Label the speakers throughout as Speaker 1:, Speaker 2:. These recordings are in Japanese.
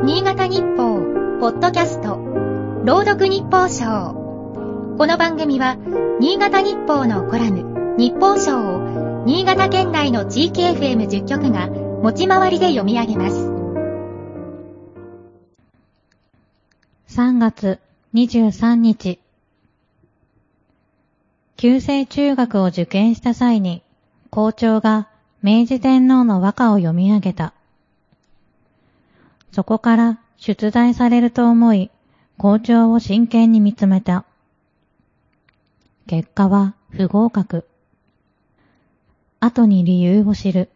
Speaker 1: 新潟日報ポッドキャスト朗読日報賞。この番組は新潟日報のコラム日報賞を新潟県内の地域 FM10 局が持ち回りで読み上げます。
Speaker 2: 3月23日、旧制中学を受験した際に校長が明治天皇の和歌を読み上げた。そこから出題されると思い、校長を真剣に見つめた。結果は不合格。後に理由を知る。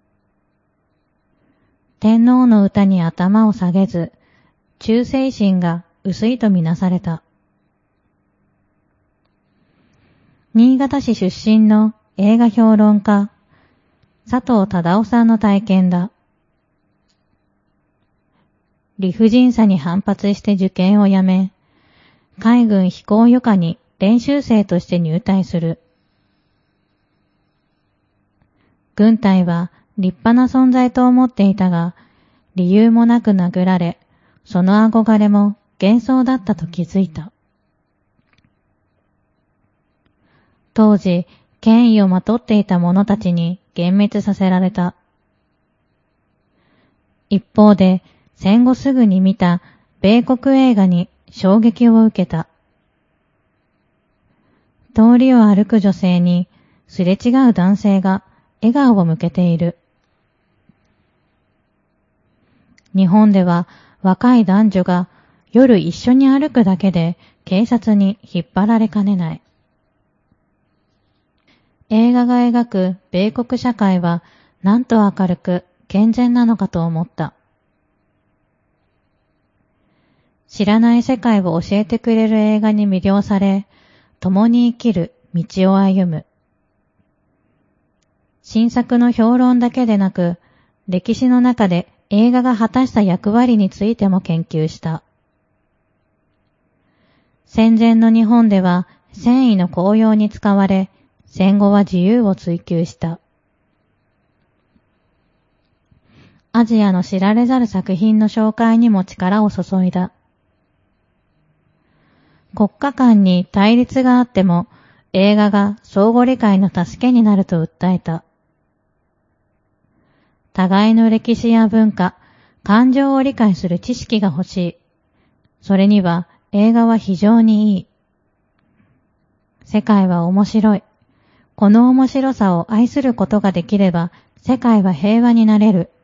Speaker 2: 天皇の歌に頭を下げず、忠誠心が薄いとみなされた。新潟市出身の映画評論家、佐藤忠夫さんの体験だ。理不尽さに反発して受験をやめ、海軍飛行予科に練習生として入隊する。軍隊は立派な存在と思っていたが、理由もなく殴られ、その憧れも幻想だったと気づいた。当時、権威をまとっていた者たちに幻滅させられた。一方で、戦後すぐに見た米国映画に衝撃を受けた。通りを歩く女性にすれ違う男性が笑顔を向けている。日本では若い男女が夜一緒に歩くだけで警察に引っ張られかねない。映画が描く米国社会はなんと明るく健全なのかと思った。知らない世界を教えてくれる映画に魅了され、共に生きる道を歩む。新作の評論だけでなく、歴史の中で映画が果たした役割についても研究した。戦前の日本では戦意の高揚に使われ、戦後は自由を追求した。アジアの知られざる作品の紹介にも力を注いだ。国家間に対立があっても、映画が相互理解の助けになると訴えた。互いの歴史や文化、感情を理解する知識が欲しい。それには映画は非常にいい。世界は面白い。この面白さを愛することができれば、世界は平和になれる。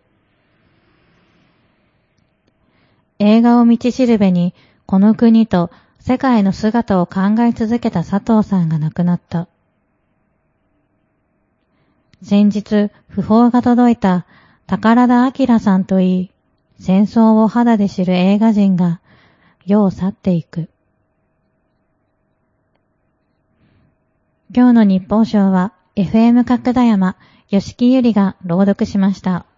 Speaker 2: 映画を道しるべに、この国と世界の姿を考え続けた佐藤さんが亡くなった。先日、訃報が届いた宝田明さんといい、戦争を肌で知る映画人が世を去っていく。今日の日報賞は FM 角田山、吉木由里が朗読しました。